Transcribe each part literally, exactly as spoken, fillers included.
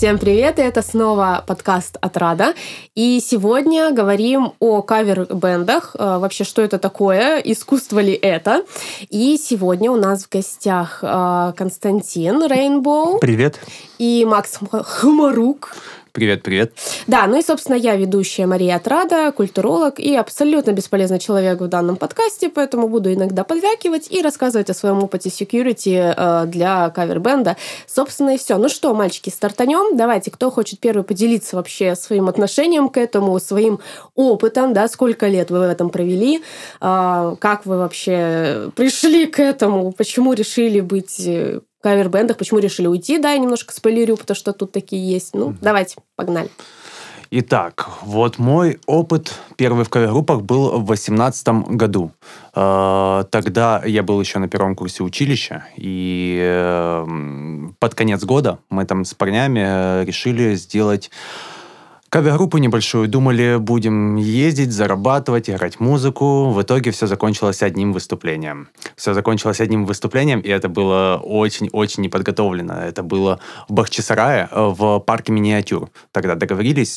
Всем привет, и это снова подкаст «Отрада». И сегодня говорим о кавер-бендах. Вообще, что это такое, искусство ли это. И сегодня у нас в гостях Константин Рейнбоу. Привет. И Макс Хмарук. Привет, привет. Да, ну и, собственно, я ведущая Мария Отрада, культуролог и абсолютно бесполезный человек в данном подкасте, поэтому буду иногда подвякивать и рассказывать о своем опыте security э, для кавер-бенда. Собственно, и все. Ну что, мальчики, стартанем. Давайте, кто хочет первый поделиться вообще своим отношением к этому, своим опытом, да, сколько лет вы в этом провели, э, как вы вообще пришли к этому, почему решили быть... кавер-бендах, почему решили уйти, да, я немножко спойлерю, потому что тут такие есть. Ну, mm-hmm. давайте, погнали. Итак, вот мой опыт первый в кавер-группах был в две тысячи восемнадцатом году. Тогда я был еще на первом курсе училища, и под конец года мы там с парнями решили сделать кавер-группу небольшую. Думали, будем ездить, зарабатывать, играть музыку. В итоге все закончилось одним выступлением. Все закончилось одним выступлением, и это было очень-очень неподготовлено. Это было в Бахчисарае, в парке миниатюр. Тогда договорились,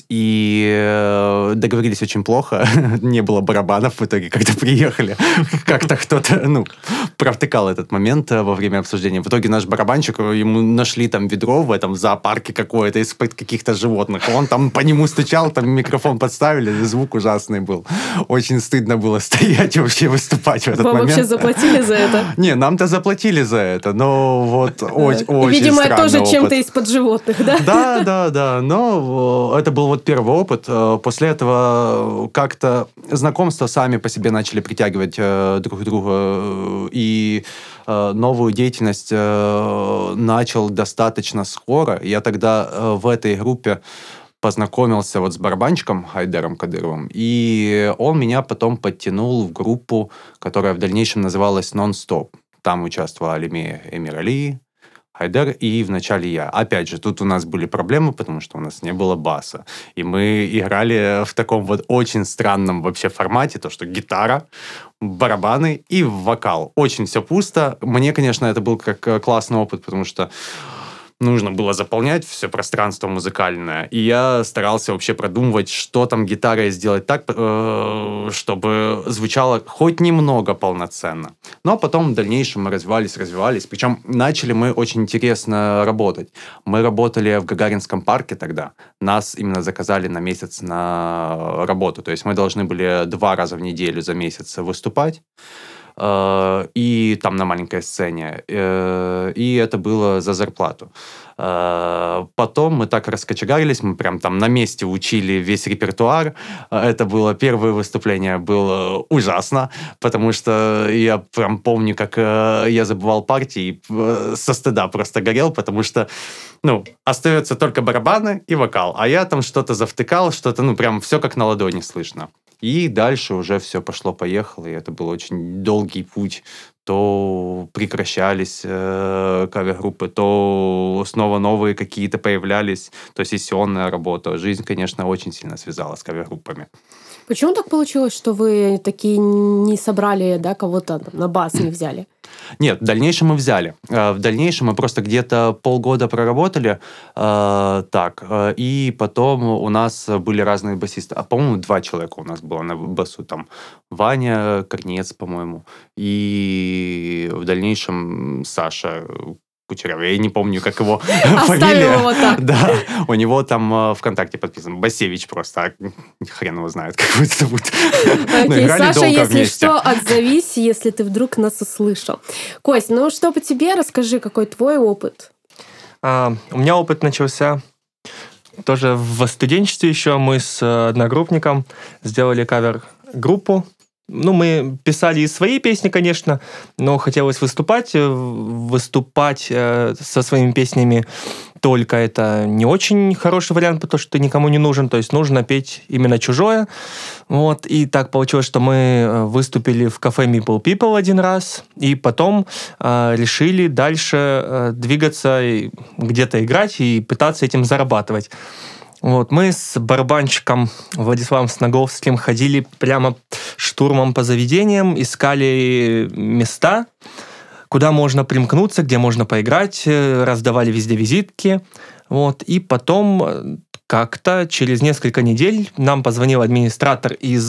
и договорились очень плохо. Не было барабанов в итоге, когда приехали. Как-то кто-то, ну, провтыкал этот момент во время обсуждения. В итоге наш барабанщик, ему нашли там ведро в этом зоопарке какое-то из-под каких-то животных. Он там по нему стучал, там микрофон подставили, звук ужасный был. Очень стыдно было стоять и вообще выступать в этот Вам момент. Вам вообще заплатили за это? Не, нам-то заплатили за это, но вот очень, очень Видимо, странный тоже опыт. чем-то из-под животных, да? Да, да, да, но это был вот первый опыт. После этого как-то знакомства сами по себе начали притягивать друг друга, и новую деятельность начал достаточно скоро. Я тогда в этой группе познакомился вот с барабанщиком Айдером Кадыровым, и он меня потом подтянул в группу, которая в дальнейшем называлась «Non-Stop». Там участвовали Эмир Али, Айдер и вначале я. Опять же, тут у нас были проблемы, потому что у нас не было баса. И мы играли в таком вот очень странном вообще формате, то, что гитара, барабаны и вокал. Очень все пусто. Мне, конечно, это был как классный опыт, потому что нужно было заполнять все пространство музыкальное. И я старался вообще продумывать, что там гитарой сделать так, чтобы звучало хоть немного полноценно. Но потом в дальнейшем мы развивались, развивались. Причем начали мы очень интересно работать. Мы работали в Гагаринском парке тогда. Нас именно заказали на месяц на работу. То есть мы должны были два раза в неделю за месяц выступать. И там на маленькой сцене. И это было за зарплату. Потом мы так раскочегарились, мы прям там на месте учили весь репертуар. Это было первое выступление, было ужасно, потому что я прям помню, как я забывал партии и со стыда просто горел, потому что, ну, остается только барабаны и вокал, а я там что-то завтыкал, что-то, ну, прям все как на ладони слышно. И дальше уже все пошло-поехало, и это был очень долгий путь. То прекращались э, кавер-группы, то снова новые какие-то появлялись, то сессионная работа. Жизнь, конечно, очень сильно связала с кавер-группами. Почему так получилось, что вы такие не собрали, да, кого-то на бас не взяли? Нет, в дальнейшем мы взяли. В дальнейшем мы просто где-то полгода проработали, э, так, э, и потом у нас были разные басисты. А, по-моему, два человека у нас было на басу. Там Ваня Корнец, по-моему, и в дальнейшем Саша Кучеряв. Я не помню, как его фамилия. Его так. Да, у него там ВКонтакте подписан Басевич просто. Хрен его знает, как его зовут. Окей, Саша, если что, отзовись, если ты вдруг нас услышал. Кость, ну что по тебе? Расскажи, какой твой опыт? А, у меня опыт начался тоже в студенчестве еще. Мы с одногруппником сделали кавер-группу. Ну, мы писали и свои песни, конечно, но хотелось выступать. Выступать э, со своими песнями только это не очень хороший вариант, потому что ты никому не нужен. То есть нужно петь именно чужое. Вот. И так получилось, что мы выступили в кафе Meeple People один раз, и потом э, решили дальше э, двигаться, и где-то играть и пытаться этим зарабатывать. Вот, мы с барабанщиком Владиславом Сноговским ходили прямо штурмом по заведениям, искали места, куда можно примкнуться, где можно поиграть, раздавали везде визитки. Вот. И потом как-то через несколько недель нам позвонил администратор из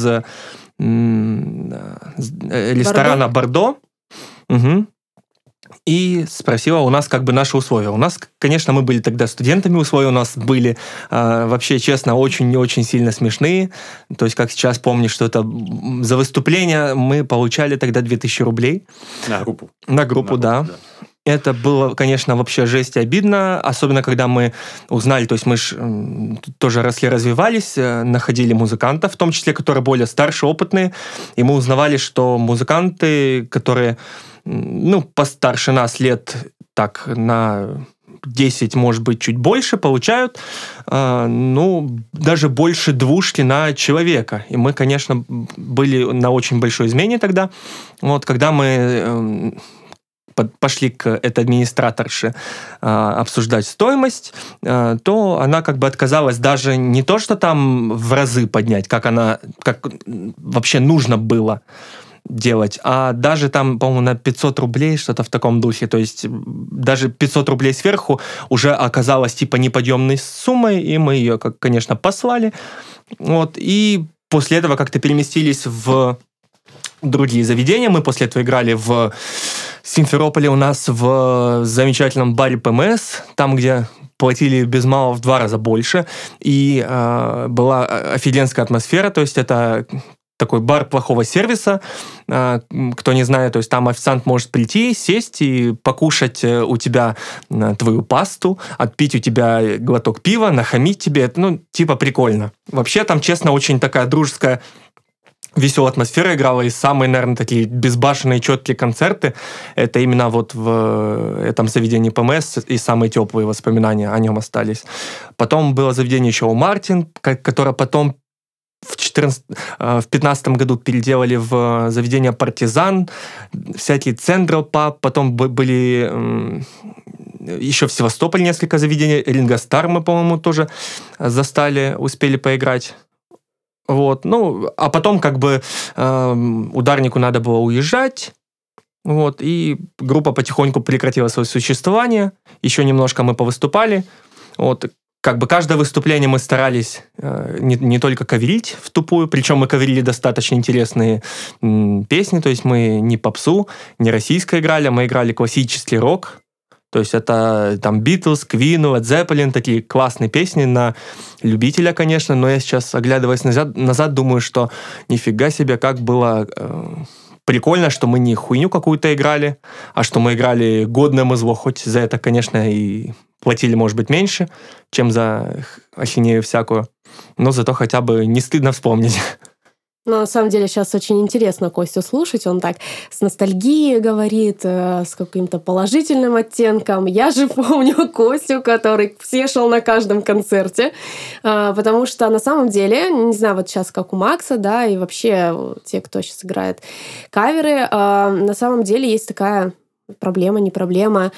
м, ресторана «Бордо». Угу. И спросила у нас как бы наши условия. У нас, конечно, мы были тогда студентами, условия у нас были э, вообще, честно, очень-очень сильно смешные. То есть, как сейчас помню, что это за выступление мы получали тогда две тысячи рублей. На группу. На группу, На да. группу, да. Это было, конечно, вообще жесть и обидно, особенно когда мы узнали, то есть мы ж тоже росли, развивались, находили музыкантов, в том числе, которые более старше, опытные, и мы узнавали, что музыканты, которые, ну, постарше нас лет так на десять, может быть, чуть больше, получают, ну, даже больше двушки на человека. И мы, конечно, были на очень большой измене тогда. Вот, когда мы пошли к этой администраторше а, обсуждать стоимость, а, то она как бы отказалась даже не то, что там в разы поднять, как она, как вообще нужно было делать, а даже там, по-моему, на пятьсот рублей, что-то в таком духе. То есть даже пятьсот рублей сверху уже оказалось типа неподъемной суммой, и мы ее, как, конечно, послали. Вот. И после этого как-то переместились в другие заведения. Мы после этого играли в Симферополе у нас в замечательном баре ПМС, там, где платили без малого в два раза больше, и э, была офигенская атмосфера, то есть это такой бар плохого сервиса, э, кто не знает, то есть там официант может прийти, сесть и покушать у тебя твою пасту, отпить у тебя глоток пива, нахамить тебе, это, ну, типа прикольно. Вообще там, честно, очень такая дружеская, веселая атмосфера играла, и самые, наверное, такие безбашенные, четкие концерты это именно вот в этом заведении ПМС, и самые теплые воспоминания о нем остались. Потом было заведение еще у Мартин, которое потом в пятнадцатом году переделали в заведение «Партизан», всякие «Централ Паб», потом были еще в Севастополе несколько заведений, «Ринго Стар» мы, по-моему, тоже застали, успели поиграть. Вот, ну, а потом как бы э, ударнику надо было уезжать, вот, и группа потихоньку прекратила свое существование, еще немножко мы повыступали, вот, как бы каждое выступление мы старались э, не, не только каверить в тупую, причем мы каверили достаточно интересные м, песни, то есть мы не попсу, не российское играли, мы играли классический рок. То есть это там Beatles, Queen, Led Zeppelin, такие классные песни на любителя, конечно, но я сейчас, оглядываясь назад, назад думаю, что нифига себе, как было э, прикольно, что мы не хуйню какую-то играли, а что мы играли годное музло, хоть за это, конечно, и платили, может быть, меньше, чем за ахинею всякую, но зато хотя бы не стыдно вспомнить. Но на самом деле сейчас очень интересно Костю слушать. Он так с ностальгией говорит, с каким-то положительным оттенком. Я же помню Костю, который все шел на каждом концерте, потому что на самом деле, не знаю, вот сейчас как у Макса, да, и вообще те, кто сейчас играет каверы, на самом деле есть такая проблема, не проблема,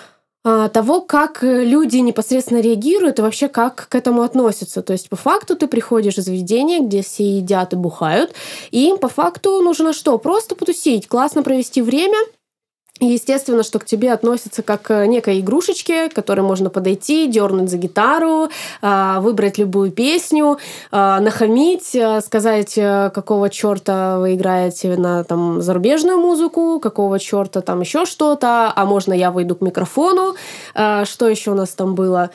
того, как люди непосредственно реагируют и вообще как к этому относятся. То есть по факту ты приходишь в заведение, где все едят и бухают, и им по факту нужно что? Просто потусить, классно провести время. И естественно, что к тебе относятся как к некой игрушечке, к которой можно подойти, дернуть за гитару, выбрать любую песню, нахамить, сказать, какого черта вы играете на там, зарубежную музыку, какого черта там еще что-то, а можно я выйду к микрофону, что еще у нас там было?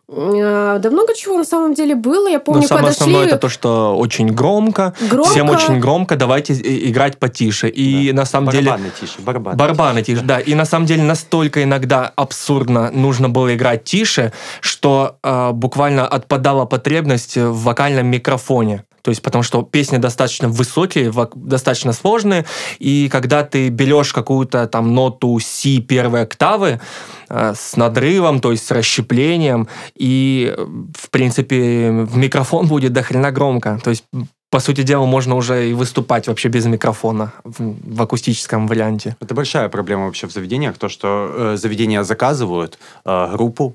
Да много чего на самом деле было. Я помню, но самое подошли... основное это то, что очень громко, громко, всем очень громко, давайте играть потише. И да. на самом барабаны деле... тише, барабаны. Барабаны тише, да. да. И на самом деле настолько иногда абсурдно нужно было играть тише, что э, буквально отпадала потребность в вокальном микрофоне. То есть, потому что песни достаточно высокие, достаточно сложные, и когда ты берешь какую-то там ноту си первой октавы э, с надрывом, то есть с расщеплением, и, в принципе, в микрофон будет дохрена громко. То есть, по сути дела, можно уже и выступать вообще без микрофона в, в акустическом варианте. Это большая проблема вообще в заведениях, то, что э, заведения заказывают э, группу,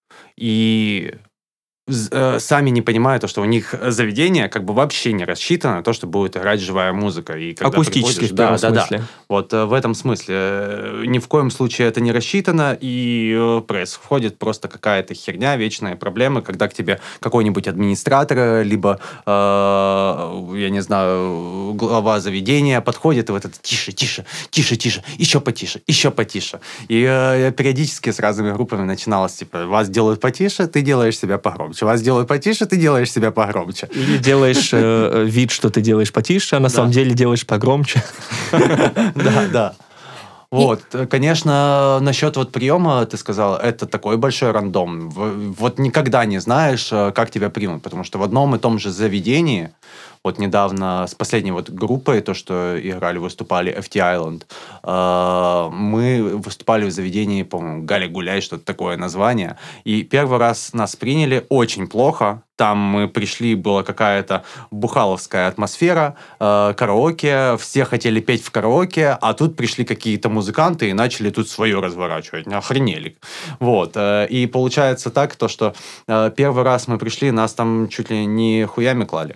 и... сами не понимают, что у них заведение как бы вообще не рассчитано на то, что будет играть живая музыка. И акустически, в да, первом да, смысле. Да. Вот в этом смысле. Ни в коем случае это не рассчитано, и происходит просто какая-то херня, вечные проблемы, когда к тебе какой-нибудь администратор, либо, э, я не знаю, глава заведения подходит и вот это тише, тише, тише, тише, еще потише, еще потише. И э, периодически с разными группами начиналось, типа, вас делают потише, ты делаешь себя погромче, вас делают потише, ты делаешь себя погромче. Или делаешь э, вид, что ты делаешь потише, а на да. самом деле делаешь погромче. Да, да. Вот, конечно, насчет вот приема, ты сказала, это такой большой рандом. Вот никогда не знаешь, как тебя примут, потому что в одном и том же заведении, вот недавно с последней вот группой, то, что играли, выступали, эф ти Island, мы выступали в заведении, по-моему, Галя-Гуляй, что-то такое название, и первый раз нас приняли очень плохо. Там мы пришли, была какая-то бухаловская атмосфера, э, караоке, все хотели петь в караоке, а тут пришли какие-то музыканты и начали тут свое разворачивать. Охренели. Вот. Э, и получается так, то, что э, первый раз мы пришли, нас там чуть ли не хуями клали.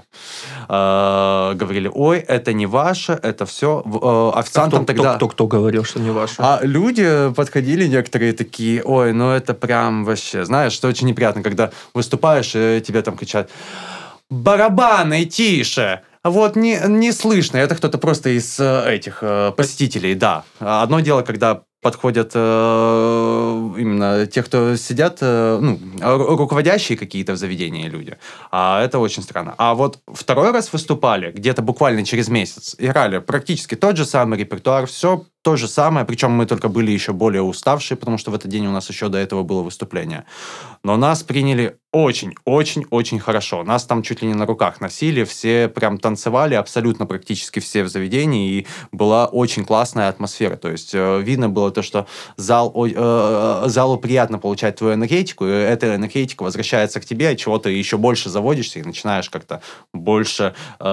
Э, говорили, ой, это не ваше, это все. Э, официантам а кто, тогда... Кто, кто, кто говорил, что не ваше? А люди подходили некоторые такие, ой, ну это прям вообще... Знаешь, что очень неприятно, когда выступаешь, и тебе там кричат: барабаны тише! Вот не, не слышно. Это кто-то просто из этих э, посетителей, да. Одно дело, когда подходят э, именно те, кто сидят, э, ну, руководящие какие-то в заведении люди. А это очень странно. А вот второй раз выступали, где-то буквально через месяц, играли практически тот же самый репертуар, все то же самое, причем мы только были еще более уставшие, потому что в этот день у нас еще до этого было выступление. Но нас приняли очень-очень-очень хорошо. Нас там чуть ли не на руках носили, все прям танцевали, абсолютно практически все в заведении, и была очень классная атмосфера. То есть э, видно было то, что зал, э, залу приятно получать твою энергетику, и эта энергетика возвращается к тебе, от чего ты еще больше заводишься и начинаешь как-то больше, э,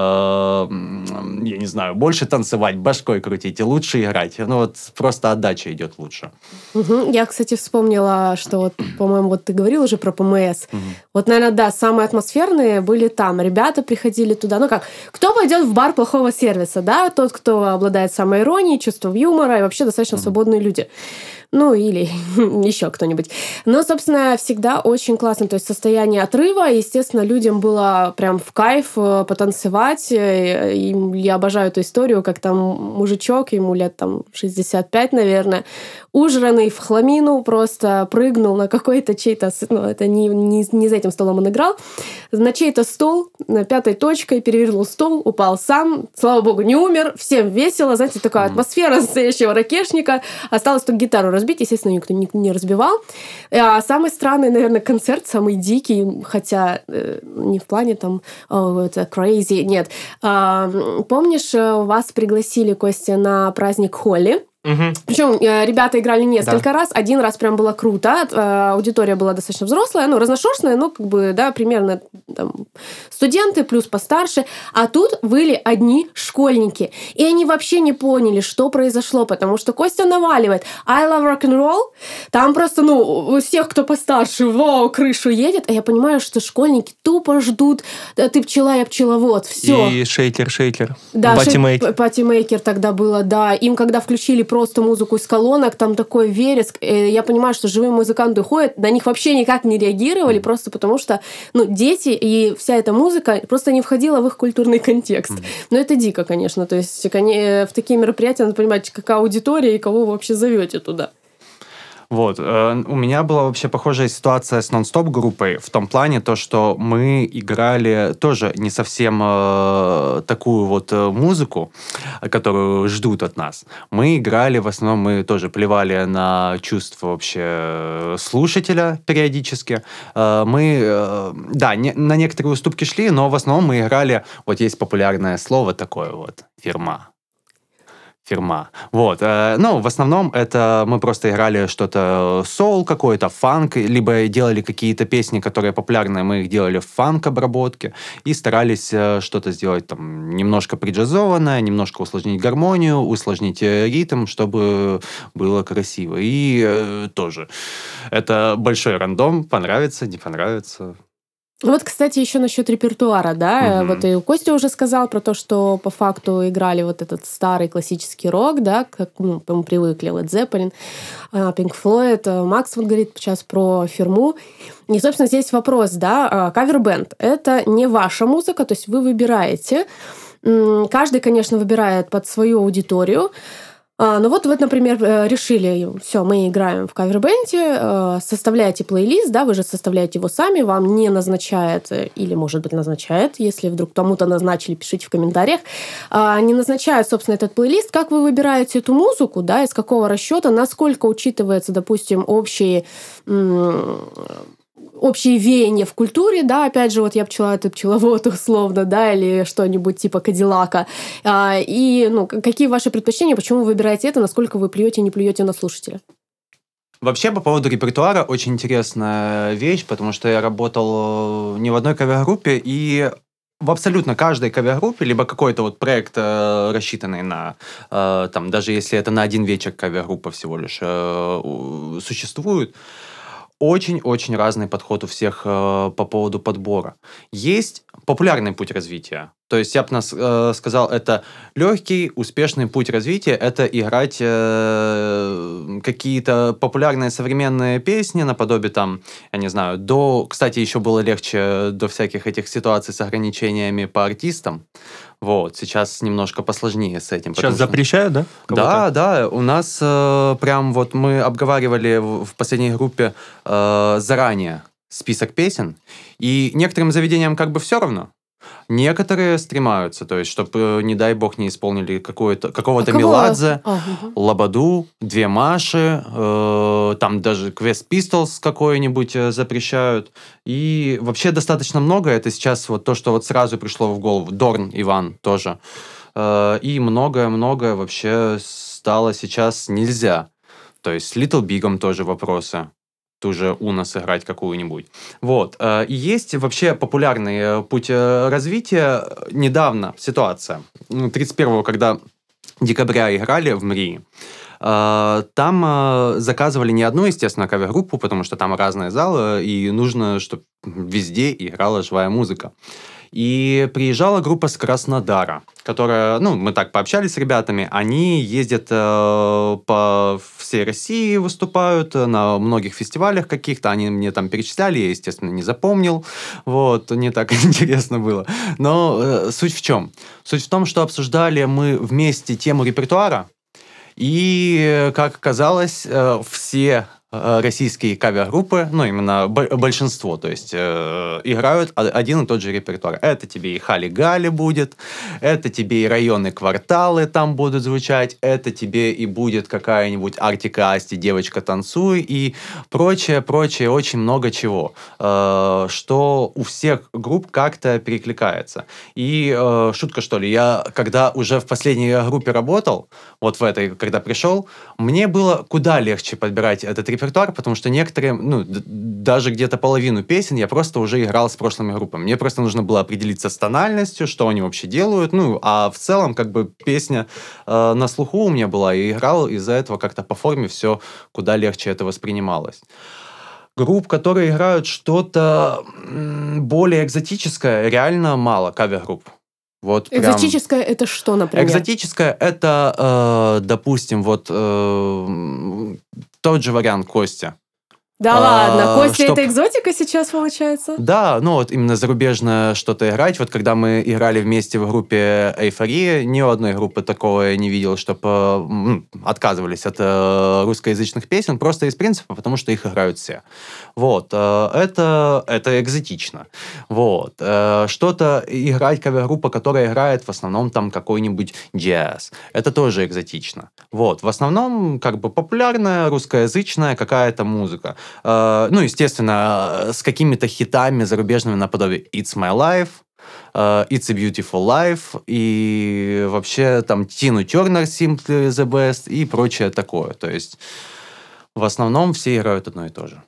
я не знаю, больше танцевать, башкой крутить и лучше играть. Ну вот просто отдача идет лучше. Угу. Я, кстати, вспомнила, что, вот, по-моему, вот ты говорил уже про ПМС. Угу. Вот, наверное, да, самые атмосферные были там. Ребята приходили туда. Ну как, кто пойдет в бар плохого сервиса, да? Тот, кто обладает самоиронией, чувством юмора и вообще достаточно угу. свободные люди. Ну, или еще кто-нибудь. Но, собственно, всегда очень классно. То есть состояние отрыва. Естественно, людям было прям в кайф потанцевать. И я обожаю эту историю, как там мужичок, ему лет там шестьдесят пять, наверное, ужранный в хламину, просто прыгнул на какой-то чей-то... Ну, это не, не, не за этим столом он играл. На чей-то стол, на пятой точкой, перевернул стол, упал сам. Слава богу, не умер. Всем весело. Знаете, такая атмосфера настоящего ракешника. Осталось только гитару разбить. Естественно, никто не, не разбивал. А самый странный, наверное, концерт, самый дикий, хотя э, не в плане там oh, это crazy, нет. А, помнишь, вас пригласили, Костя, на праздник Холли? Угу. Причем э, ребята играли несколько да. раз. Один раз прям было круто. Э, аудитория была достаточно взрослая, ну, разношерстная, ну, как бы, да, примерно там, студенты плюс постарше. А тут были одни школьники. И они вообще не поняли, что произошло, потому что Костя наваливает I love rock and roll. Там просто, ну, у всех, кто постарше, вау, крышу едет. А я понимаю, что школьники тупо ждут ты пчела, я пчеловод. Все. И шейкер-шейкер. Да, Патимейкер. Патимейкер тогда было, да. Им, когда включили просто музыку из колонок, там такой вереск. Я понимаю, что живые музыканты ходят, на них вообще никак не реагировали, просто потому что, ну, дети и вся эта музыка просто не входила в их культурный контекст. Mm. Но это дико, конечно. То есть в такие мероприятия надо понимать, какая аудитория и кого вы вообще зовете туда. Вот. У меня была вообще похожая ситуация с нон-стоп группой в том плане, то, что мы играли тоже не совсем э, такую вот музыку, которую ждут от нас. Мы играли, в основном мы тоже плевали на чувства вообще слушателя периодически. Э, мы, э, да, не, на некоторые уступки шли, но в основном мы играли, вот есть популярное слово такое вот, фирма. Фирма. Вот. Ну, в основном это мы просто играли что-то соул какой-то, фанк, либо делали какие-то песни, которые популярны, мы их делали в фанк-обработке и старались что-то сделать там немножко приджазованное, немножко усложнить гармонию, усложнить ритм, чтобы было красиво. И э, тоже. Это большой рандом, понравится, не понравится. Вот, кстати, еще насчет репертуара, да, Мгм. вот и Костя уже сказал про то, что по факту играли вот этот старый классический рок, да, как ну, мы привыкли, Led Zeppelin, а, Pink Floyd, а, Макс вот говорит сейчас про Фирму. И, собственно, здесь вопрос, да, а, кавер-бэнд — это не ваша музыка, то есть вы выбираете. М, Каждый, конечно, выбирает под свою аудиторию. А, Ну вот вы, например, э, решили, все, мы играем в кавер-бенде, э, составляете плейлист, да, вы же составляете его сами, вам не назначает, э, или, может быть, назначает, если вдруг кому-то назначили, пишите в комментариях, а, не назначают, собственно, этот плейлист. Как вы выбираете эту музыку, да, из какого расчета, насколько учитывается, допустим, общие м, общие веяния в культуре, да, опять же, вот я пчела, ты пчеловод, условно, да, или что-нибудь типа Кадиллака. А, и, ну, к- какие ваши предпочтения, почему вы выбираете это, насколько вы плюете, не плюете на слушателя? Вообще, по поводу репертуара, очень интересная вещь, потому что я работал э, не в одной кавер-группе, и в абсолютно каждой кавер-группе, либо какой-то вот проект, э, рассчитанный на, э, там, даже если это на один вечер кавер-группа всего лишь э, у- существует, очень-очень разный подход у всех э, по поводу подбора. Есть популярный путь развития. То есть я бы нас, э, сказал, это легкий, успешный путь развития. Это играть э, какие-то популярные современные песни наподобие там, я не знаю, до... Кстати, еще было легче до всяких этих ситуаций с ограничениями по артистам. Вот, сейчас немножко посложнее с этим. Сейчас потому что- запрещают, да? Да, да, у нас э, прям вот мы обговаривали в, в последней группе э, заранее список песен, и некоторым заведениям как бы все равно. Некоторые стремаются, то есть, чтобы, не дай бог, не исполнили какое-то, какого-то А кого- Меладзе, А, мгм. Лободу, Две Маши, э, там даже Quest Pistols какой-нибудь э, запрещают. И вообще достаточно много. Это сейчас вот то, что вот сразу пришло в голову. Дорн Иван тоже. Э, и многое-многое вообще стало сейчас нельзя. То есть с Little Big'ом тоже вопросы. Ту же Уна сыграть какую-нибудь. Вот. э, И есть вообще популярный э, путь э, развития. Недавно ситуация. М, тридцать первого, когда декабря играли в МРИ, э, там э, заказывали не одну, естественно, кавер-группу, потому что там разные залы, и нужно, чтобы везде играла живая музыка. И приезжала группа с Краснодара, которая, ну, мы так пообщались с ребятами, они ездят э, по всей России, выступают э, на многих фестивалях каких-то, они мне там перечисляли, я, естественно, не запомнил, вот, не так интересно было. Но э, суть в чем? Суть в том, что обсуждали мы вместе тему репертуара, и, э, как оказалось, э, все э, российские кавер-группы, ну, именно бо- большинство, то есть э, играют о- один и тот же репертуар. Это тебе и Хали-Гали будет, это тебе и районы, кварталы там будут звучать, это тебе и будет какая-нибудь Артика Асти, девочка танцуй, и прочее, прочее, очень много чего, э, что у всех групп как-то перекликается. И э, шутка, что ли, я когда уже в последней группе работал, вот в этой, когда пришел, мне было куда легче подбирать этот репертуар, потому что некоторые, ну, д- даже где-то половину песен я просто уже играл с прошлыми группами. Мне просто нужно было определиться с тональностью, что они вообще делают, ну, а в целом, как бы, песня э, на слуху у меня была, и играл из-за этого как-то по форме все куда легче это воспринималось. Групп, которые играют что-то м, более экзотическое, реально мало кавер-групп. Вот прям... Экзотическое — это что, например? Экзотическое это, э, допустим, вот э, тот же вариант Костя. Да А, ладно, Костя, чтоб- это экзотика сейчас получается? Да, ну вот именно зарубежное что-то играть. Вот когда мы играли вместе в группе «Эйфория», ни у одной группы такого я не видел, чтобы отказывались от э, русскоязычных песен, просто из принципа, потому что их играют все. Вот. э, Это, это экзотично. Вот. Э, Что-то играть кавер-группа, которая играет в основном там какой-нибудь джаз. Это тоже экзотично. Вот. В основном как бы популярная русскоязычная какая-то музыка. Э, Ну, естественно, с какими-то хитами зарубежными наподобие «It's My Life», э, «It's a Beautiful Life» и вообще там Тину Тернер «Simply the Best» и прочее такое. То есть в основном все играют одно и то же.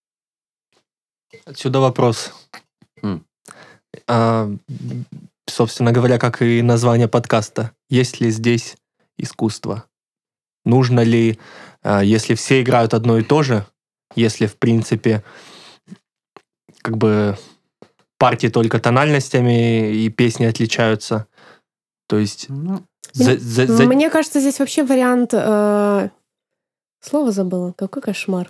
Отсюда вопрос. М. А, собственно говоря, как и название подкаста. Есть ли здесь искусство? Нужно ли, а, если все играют одно и то же, если, в принципе, как бы партии только тональностями, и песни отличаются. То есть... Ну, за, за, за... Мне кажется, здесь вообще вариант... Э, слово забыла. Какой кошмар.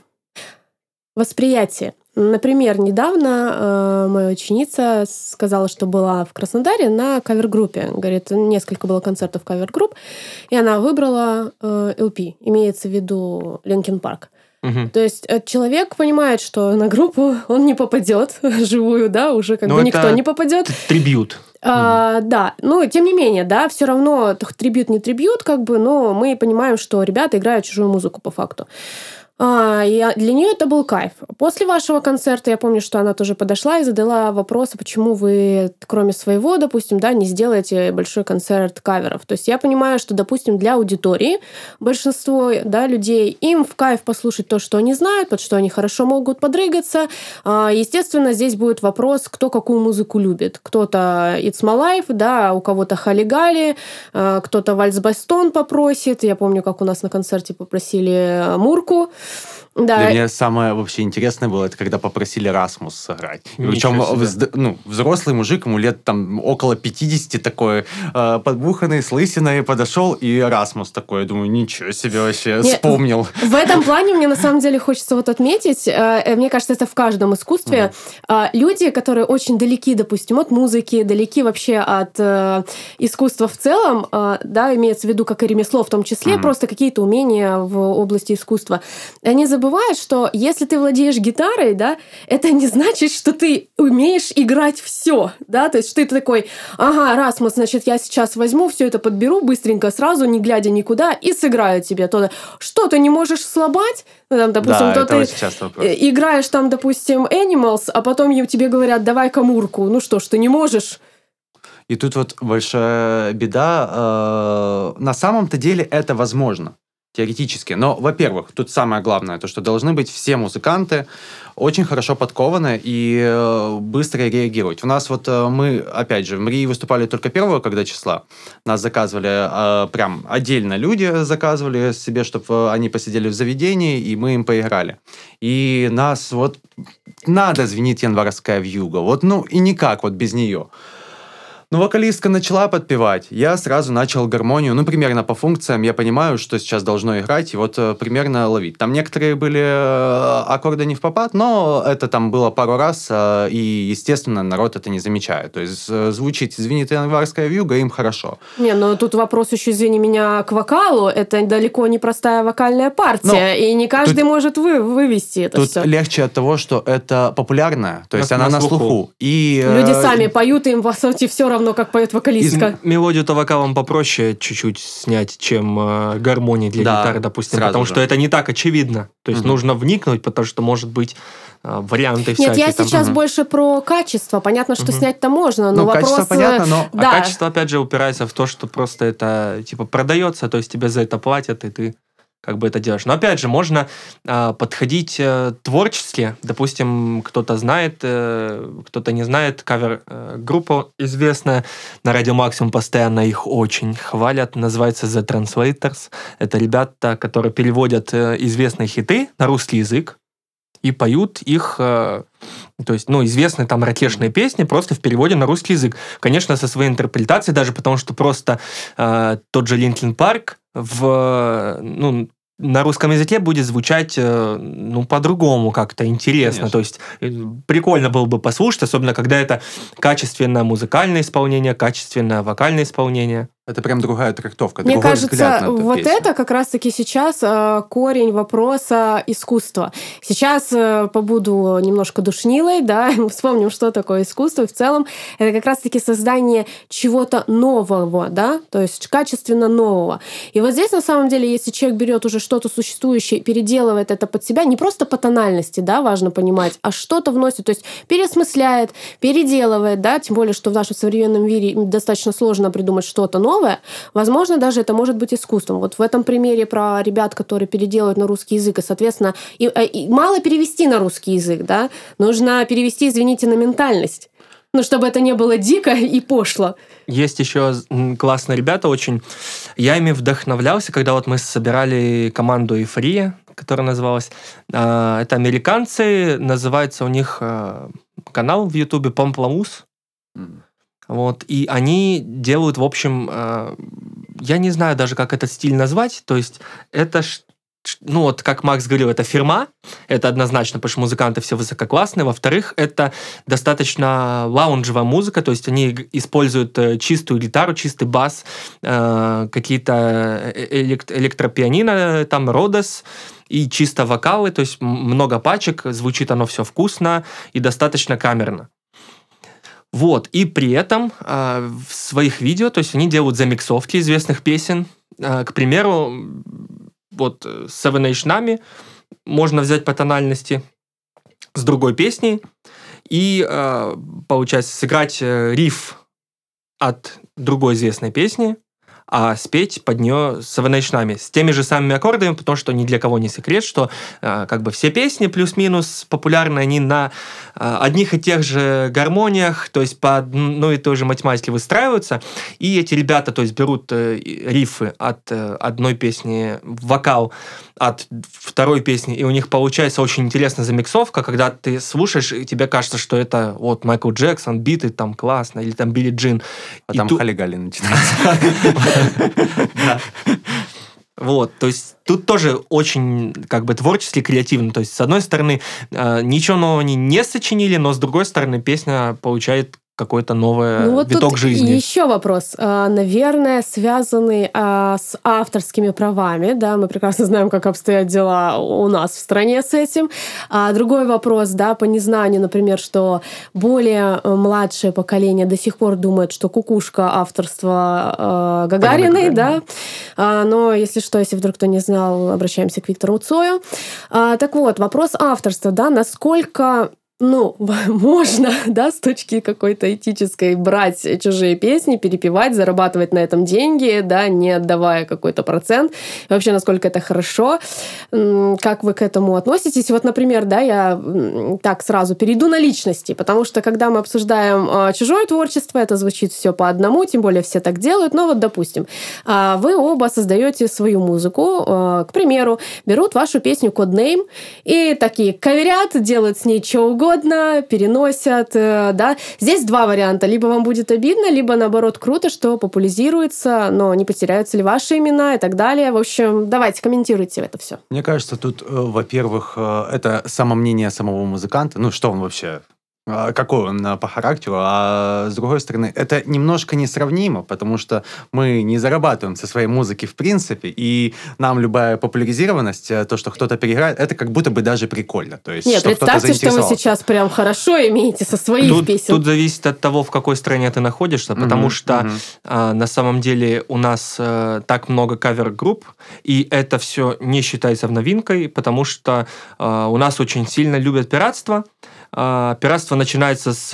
Восприятие. Например, недавно э, моя ученица сказала, что была в Краснодаре на кавер-группе. Говорит, несколько было концертов кавер-групп, и она выбрала э, эл пи, имеется в виду Linkin Park. Угу. То есть человек понимает, что на группу он не попадет живую, да, уже как Но бы никто не попадет. Трибьют. А, mm-hmm. Да, ну, тем не менее, да, все равно трибьют не трибьют, как бы, но мы понимаем, что ребята играют чужую музыку по факту. А, и для нее это был кайф. После вашего концерта я помню, что она тоже подошла и задала вопрос, почему вы, кроме своего, допустим, да, не сделаете большой концерт каверов. То есть я понимаю, что, допустим, для аудитории большинство, да, людей, им в кайф послушать то, что они знают, под что они хорошо могут подрыгаться. А, естественно, здесь будет вопрос, кто какую музыку любит. Кто-то It's My Life, да, у кого-то Хали-Гали, кто-то Вальс-Бастон попросит. Я помню, как у нас на концерте попросили Мурку. Да. Для меня самое вообще интересное было, это когда попросили Расмус сыграть. Причем вз, ну, взрослый мужик, ему лет там около пятидесяти, такой э, подбуханный, с лысиной, подошел, и Расмус такой, я думаю, ничего себе вообще, Нет, вспомнил. В этом плане мне на самом деле хочется вот отметить, э, мне кажется, это в каждом искусстве, mm. э, люди, которые очень далеки, допустим, от музыки, далеки вообще от э, искусства в целом, э, да, имеется в виду как и ремесло в том числе, mm. просто какие-то умения в области искусства, они забывают, Бывает, что если ты владеешь гитарой, да, это не значит, что ты умеешь играть все, да, то есть что ты такой, ага, Расмус, значит, я сейчас возьму, все это подберу быстренько, сразу, не глядя никуда, и сыграю тебе то, что ты не можешь слабать, ну, там, допустим, да, то это ты играешь там, допустим, Animals, а потом тебе говорят, давай-ка Мурку, ну что ж, ты не можешь. И тут вот большая беда, на самом-то деле это возможно. Теоретически. Но, во-первых, тут самое главное, то, что должны быть все музыканты очень хорошо подкованы и э, быстро реагировать. У нас вот э, мы, опять же, в МРИ выступали только первого когда числа. Нас заказывали, э, прям отдельно люди заказывали себе, чтобы они посидели в заведении, и мы им поиграли. И нас вот надо звенит январская вьюга. Вот, ну, и никак вот без нее. Ну, вокалистка начала подпевать, я сразу начал гармонию, ну, примерно по функциям, я понимаю, что сейчас должно играть, и вот э, примерно ловить. Там некоторые были э, аккорды не в попад, но это там было пару раз, э, и, естественно, народ это не замечает. То есть э, звучит «Звенит январская вьюга», им хорошо. Не, ну, тут вопрос еще, извини меня, к вокалу, это далеко не простая вокальная партия, но и не каждый тут, может вы, вывести это тут все. Тут легче от того, что это популярная, то есть на, она на слуху. слуху. И, э, Люди сами поют, им, по сути, все равно, как поет вокалистка. И мелодию-то вокалом попроще чуть-чуть снять, чем э, гармонии для да, гитары, допустим, потому же. Что это не так очевидно. То есть угу. нужно вникнуть, потому что, может быть, э, варианты всякие. Нет, я там. сейчас угу. больше про качество. Понятно, что угу. снять-то можно, но ну, вопрос... качество понятно, но... Да. А качество, опять же, упирается в то, что просто это, типа, продается, то есть тебе за это платят, и ты как бы это делаешь. Но опять же, можно э, подходить э, творчески. Допустим, кто-то знает, э, кто-то не знает. Кавер-группа э, известная. На Радио Максимум постоянно их очень хвалят. Называется The Translators. Это ребята, которые переводят э, известные хиты на русский язык и поют их... Э, то есть, ну, известные там ракешные песни просто в переводе на русский язык. Конечно, со своей интерпретацией, даже потому что просто э, тот же Linkin Park в, ну, на русском языке будет звучать ну, по-другому как-то интересно. Конечно. То есть прикольно было бы послушать, особенно когда это качественное музыкальное исполнение, качественное вокальное исполнение. Это прям другая трактовка. Мне кажется, вот песню. Это как раз-таки сейчас э, корень вопроса искусства. Сейчас э, побуду немножко душнилой, да, вспомним, что такое искусство. В целом, это как раз-таки создание чего-то нового, да, то есть качественно нового. И вот здесь, на самом деле, если человек берет уже что-то существующее, переделывает это под себя, не просто по тональности, да, важно понимать, а что-то вносит, то есть пересмысляет, переделывает, да, тем более, что в нашем современном мире достаточно сложно придумать что-то новое, возможно, даже это может быть искусством. Вот в этом примере про ребят, которые переделывают на русский язык, и, соответственно, и, и мало перевести на русский язык, да, нужно перевести, извините, на ментальность. Ну, чтобы это не было дико и пошло. Есть еще классные ребята очень. Я ими вдохновлялся, когда вот мы собирали команду «Эйфория». которая называлась. Это американцы, называется у них канал в Ютубе Помпламус. Mm. Вот, и они делают, в общем, я не знаю даже, как этот стиль назвать, то есть это ну вот, как Макс говорил, это фирма, это однозначно, потому что музыканты все высококлассные. Во-вторых, это достаточно лаунжевая музыка, то есть они используют чистую гитару, чистый бас, э, какие-то элект- электропианино, там, Родос, и чисто вокалы, то есть много пачек, звучит оно все вкусно и достаточно камерно. Вот, и при этом э, в своих видео, то есть они делают замиксовки известных песен. Э, к примеру, вот Seven Nation Army можно взять по тональности с другой песней и, э, получается, сыграть риф от другой известной песни, а спеть под нее Seven Nation Army с теми же самыми аккордами, потому что ни для кого не секрет, что э, как бы все песни плюс-минус популярны, они на э, одних и тех же гармониях, то есть по одной и той же математике выстраиваются, и эти ребята, то есть берут э, рифы от э, одной песни, вокал от второй песни, и у них получается очень интересная замиксовка, когда ты слушаешь, и тебе кажется, что это вот Майкл Джексон, биты там классно, или там Билли Джин. А и там ту... Халли-Галли начинается. Вот, то есть тут тоже очень как бы творчески, креативно. То есть, с одной стороны, ничего нового они не сочинили, но с другой стороны, песня получает какой-то новый ну, вот виток тут жизни. Еще вопрос, наверное, связанный с авторскими правами. Да, мы прекрасно знаем, как обстоят дела у нас в стране с этим. А другой вопрос, да, по незнанию, например, что более младшее поколение до сих пор думает, что «Кукушка» авторство э, Гагариной, да. А, но, если что, если вдруг кто не знал, обращаемся к Виктору Цою. А, так вот, вопрос авторства, да, насколько... Ну, можно, да, с точки какой-то этической брать чужие песни, перепевать, зарабатывать на этом деньги, да, не отдавая какой-то процент. И вообще, насколько это хорошо. Как вы к этому относитесь? Вот, например, да, я так сразу перейду на личности, потому что, когда мы обсуждаем чужое творчество, это звучит все по одному, тем более все так делают. Но вот, допустим, вы оба создаете свою музыку, к примеру, берут вашу песню Codename и такие каверят, делают с ней что угодно, переносят, да. Здесь два варианта. Либо вам будет обидно, либо, наоборот, круто, что популяризируется, но не потеряются ли ваши имена и так далее. В общем, давайте, комментируйте это все. Мне кажется, тут, во-первых, это самомнение самого музыканта. Ну, что он вообще... какой он по характеру, а с другой стороны, это немножко несравнимо, потому что мы не зарабатываем со своей музыки в принципе, и нам любая популяризированность, то, что кто-то переиграет, это как будто бы даже прикольно. То есть, Нет, что представьте, что вы сейчас прям хорошо имеете со своих тут, песен. Тут зависит от того, в какой стране ты находишься, потому mm-hmm, что mm-hmm. А, на самом деле у нас а, так много кавер-групп, и это все не считается новинкой, потому что а, у нас очень сильно любят пиратство. А, пиратство начинается с,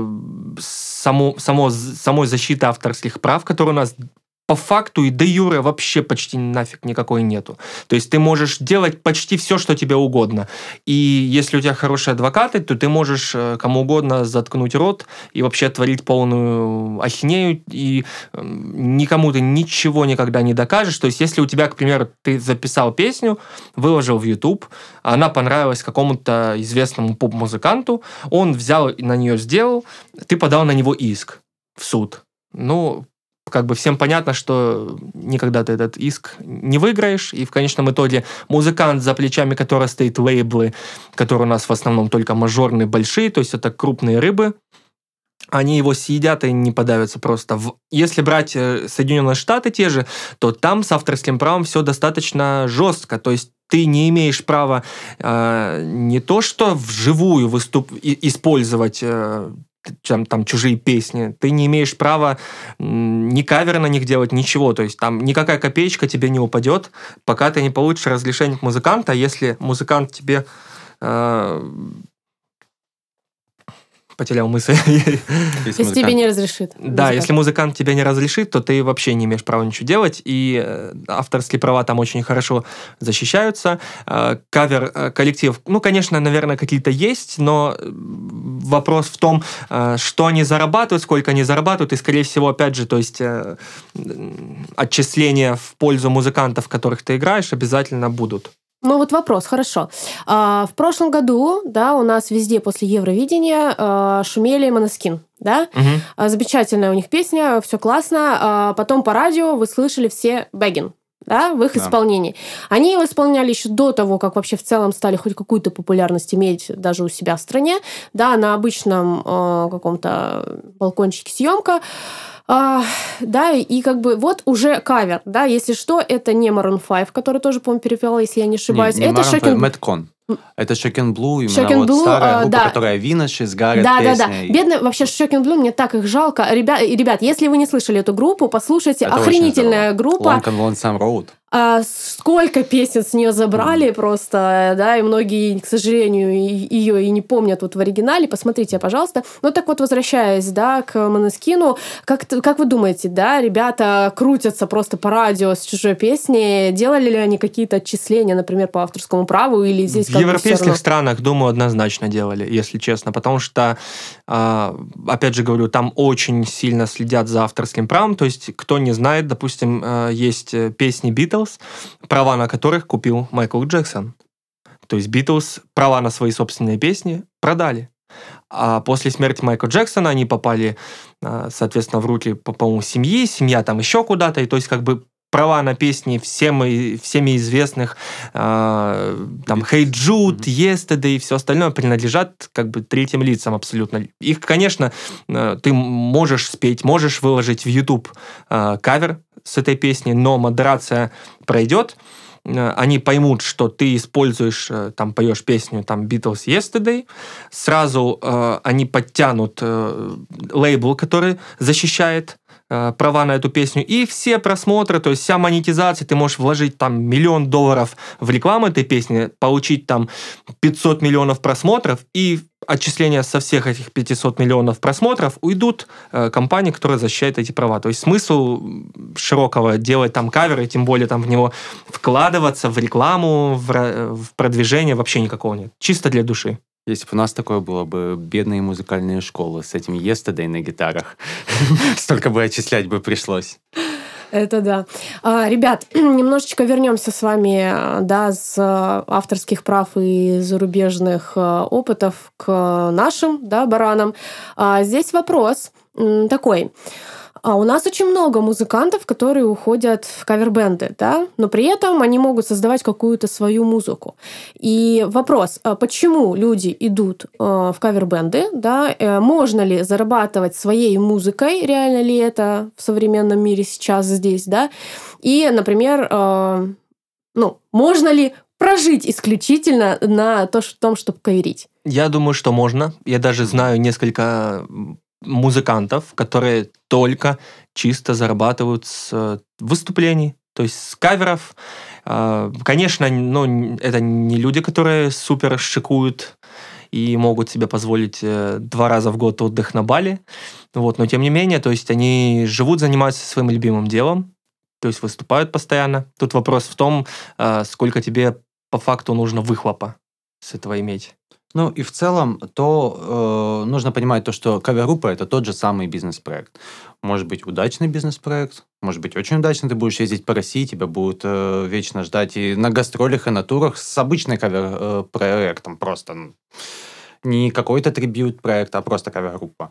с само, само, самой защиты авторских прав, которые у нас по факту и де юре вообще почти нафиг никакой нету. То есть ты можешь делать почти все, что тебе угодно. И если у тебя хорошие адвокаты, то ты можешь кому угодно заткнуть рот и вообще творить полную ахинею, и никому ты ничего никогда не докажешь. То есть если у тебя, к примеру, ты записал песню, выложил в YouTube, она понравилась какому-то известному поп-музыканту, он взял и на нее сделал, ты подал на него иск в суд. Ну, как бы всем понятно, что никогда ты этот иск не выиграешь, и в конечном итоге музыкант, за плечами которого стоит лейблы, которые у нас в основном только мажорные, большие, то есть это крупные рыбы, они его съедят и не подавятся просто. Если брать Соединенные Штаты те же, то там с авторским правом все достаточно жестко, то есть ты не имеешь права э, не то что вживую выступ... использовать э, Там, там чужие песни, ты не имеешь права ни кавер на них делать, ничего. То есть там никакая копеечка тебе не упадет, пока ты не получишь разрешение от музыканта. Если музыкант тебе... Э, потерял мысль. Если музыкант... тебе не разрешит. Да, музыкант. Если музыкант тебе не разрешит, то ты вообще не имеешь права ничего делать, и авторские права там очень хорошо защищаются. Кавер-коллектив, ну, конечно, наверное, какие-то есть, но вопрос в том, что они зарабатывают, сколько они зарабатывают, и, скорее всего, опять же, то есть отчисления в пользу музыкантов, которых ты играешь, обязательно будут. Ну вот вопрос, хорошо. А, в прошлом году, да, у нас везде после Евровидения а, шумели Måneskin, да? Мгм. А, замечательная у них песня, все классно. А, потом по радио вы слышали все Beggin, да, в их Да. исполнении. Они его исполняли еще до того, как вообще в целом стали хоть какую-то популярность иметь даже у себя в стране, да, на обычном э, каком-то балкончике съемка. А, да, и как бы вот уже кавер, да, если что, это не Maroon пять, который тоже, по-моему, перепевал, если я не ошибаюсь, Не, не это Maroon Shocking five, Madcon. Это Shocking Blue, именно Shocking вот Blue, старая а, группа, да. которая Виноши, с Гаррет Да, да, песня. да. и- Бедные, вообще, Shocking Blue, мне так их жалко. Ребят, ребят, если вы не слышали эту группу, послушайте, Это очень охренительная здорово. группа. Long and Lonesome Road. А, сколько песен с нее забрали просто, да, и многие, к сожалению, ее и не помнят вот в оригинале. Посмотрите, пожалуйста. Ну так вот, возвращаясь, да, к Måneskin, как, как вы думаете, да, ребята крутятся просто по радио с чужой песней, делали ли они какие-то отчисления, например, по авторскому праву, или здесь В как бы всё европейских равно? странах, думаю, однозначно делали, если честно, потому что, а, опять же говорю, там очень сильно следят за авторским правом, то есть, кто не знает, допустим, а, есть э, песни Beatles, права на которых купил Майкл Джексон. То есть Beatles права на свои собственные песни продали. А после смерти Майкла Джексона они попали, а, соответственно, в руки, по- по-моему, семьи, семья там еще куда-то, и то есть как бы права на песни всем, и- всеми известных, а, там, Hey Jude, Yesterday и все остальное принадлежат как бы третьим лицам абсолютно. Их, конечно, э, ты можешь спеть, можешь выложить в YouTube э, кавер с этой песни, но модерация пройдет, э, они поймут, что ты используешь, э, там, поешь песню, там, Beatles Yesterday, сразу э, они подтянут э, лейбл, который защищает э, права на эту песню, и все просмотры, то есть вся монетизация, ты можешь вложить там миллион долларов в рекламу этой песни, получить там пятьсот миллионов просмотров, и отчисления со всех этих пятьсот миллионов просмотров уйдут э, компании, которая защищает эти права. То есть смысл широкого делать там каверы, тем более там в него вкладываться в рекламу, в, ра- в продвижение вообще никакого нет. Чисто для души. Если бы у нас такое было бы, бедные музыкальные школы с этим Yesterday на гитарах, столько бы отчислять бы пришлось. Это да. А, ребят, немножечко вернемся с вами, да, с а, авторских прав и зарубежных а, опытов к нашим, да, баранам. А, здесь вопрос м, такой. А у нас очень много музыкантов, которые уходят в кавербенды, да, но при этом они могут создавать какую-то свою музыку. И вопрос, а почему люди идут э, в кавербенды, да, э, можно ли зарабатывать своей музыкой, реально ли это в современном мире сейчас здесь, да, и, например, э, ну, можно ли прожить исключительно на то, что- том, чтобы каверить? Я думаю, что можно. Я даже знаю несколько музыкантов, которые только чисто зарабатывают с э, выступлений, то есть с каверов. А, Конечно, ну, это не люди, которые супер шикуют и могут себе позволить э, два раза в год отдых на Бали. Вот, но тем не менее, то есть они живут, занимаются своим любимым делом, то есть выступают постоянно. Тут вопрос в том, э, сколько тебе по факту нужно выхлопа с этого иметь. Ну и в целом, то э, нужно понимать то, что кавер-группа — это тот же самый бизнес-проект. Может быть удачный бизнес-проект, может быть очень удачный, ты будешь ездить по России, тебя будут э, вечно ждать и на гастролях, и на турах с обычным кавер-проектом просто. ну, Не какой-то трибьют-проект, а просто кавер-группа.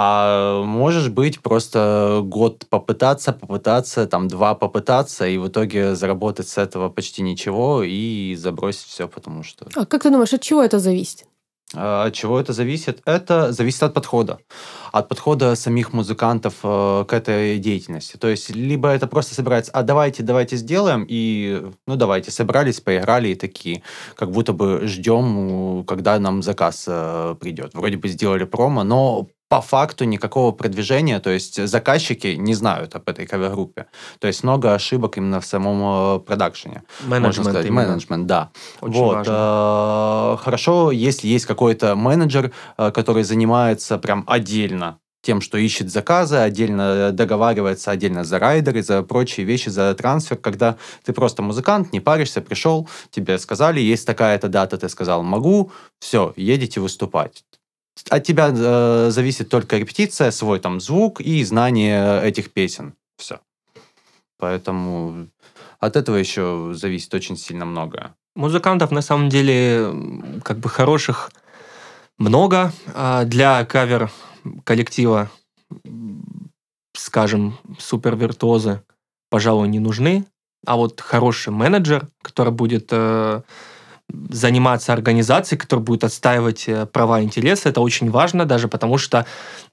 А можешь быть просто год попытаться, попытаться, там два попытаться, и в итоге заработать с этого почти ничего и забросить все, потому что... А как ты думаешь, от чего это зависит? А, От чего это зависит? Это зависит от подхода. От подхода самих музыкантов э, к этой деятельности. То есть, либо это просто собирается, а давайте, давайте сделаем, и, ну, давайте, собрались, поиграли, и такие, как будто бы ждем, когда нам заказ э, придет. Вроде бы сделали промо, но по факту никакого продвижения, то есть заказчики не знают об этой кавер-группе. То есть много ошибок именно в самом э, продакшене. Можно Менеджмент сказать, именно. менеджмент, да. Очень вот. важно. э, Хорошо, если есть какой-то менеджер, э, который занимается прям отдельно тем, что ищет заказы, отдельно договаривается отдельно за райдеры, за прочие вещи, за трансфер, когда ты просто музыкант, не паришься, пришел, тебе сказали, есть такая-то дата, ты сказал, могу, все, едете выступать. От тебя э, зависит только репетиция, свой там звук и знание этих песен. Все. Поэтому от этого еще зависит очень сильно многое. Музыкантов, на самом деле, как бы хороших много. Для кавер-коллектива, скажем, супер-виртуозы, пожалуй, не нужны. А вот хороший менеджер, который будет заниматься организацией, который будет отстаивать права и интересы, это очень важно, даже потому что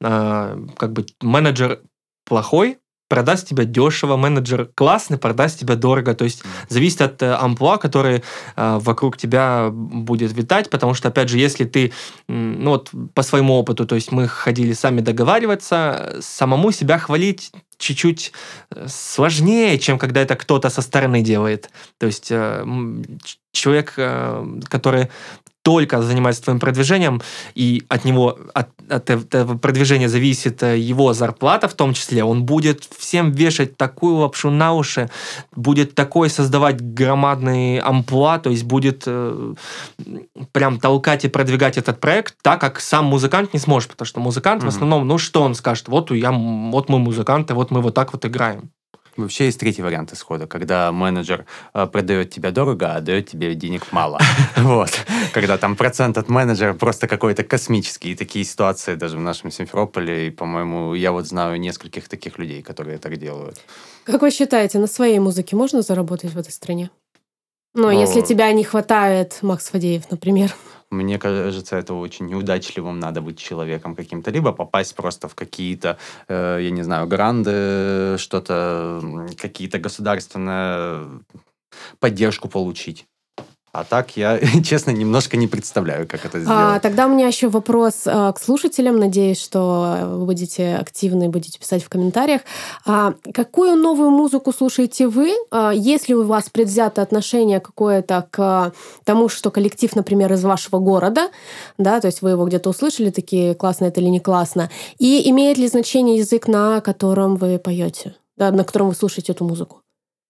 как бы менеджер плохой продаст тебя дешево, менеджер классный продаст тебя дорого. То есть зависит от амплуа, который э, вокруг тебя будет витать, потому что, опять же, если ты, ну вот по своему опыту, то есть мы ходили сами договариваться, самому себя хвалить чуть-чуть сложнее, чем когда это кто-то со стороны делает. То есть э, человек, э, который только занимается твоим продвижением, и от него, от, от этого продвижения зависит его зарплата в том числе, он будет всем вешать такую лапшу на уши, будет такой создавать громадный амплуа, то есть будет э, прям толкать и продвигать этот проект так, как сам музыкант не сможет, потому что музыкант mm-hmm. в основном, ну что он скажет, вот, я, вот мы музыканты, вот мы вот так вот играем. Вообще есть третий вариант исхода, когда менеджер э, продает тебя дорого, а дает тебе денег мало. Вот. Когда там процент от менеджера просто какой-то космический. И такие ситуации даже в нашем Симферополе, и, по-моему, я вот знаю нескольких таких людей, которые так делают. Как вы считаете, на своей музыке можно заработать в этой стране? Ну, если тебя не хватает, Макс Фадеев, например. Мне кажется, это очень неудачливым надо быть человеком каким-то, либо попасть просто в какие-то, э, я не знаю, гранды, что-то, какие-то государственную поддержку получить. А так я, честно, немножко не представляю, как это сделать. А, тогда у меня еще вопрос а, к слушателям. Надеюсь, что вы будете активны, будете писать в комментариях. А, какую новую музыку слушаете вы? А, есть ли у вас предвзятое отношение какое-то к тому, что коллектив, например, из вашего города, да, то есть вы его где-то услышали, такие, классно это или не классно, и имеет ли значение язык, на котором вы поете, да, на котором вы слушаете эту музыку?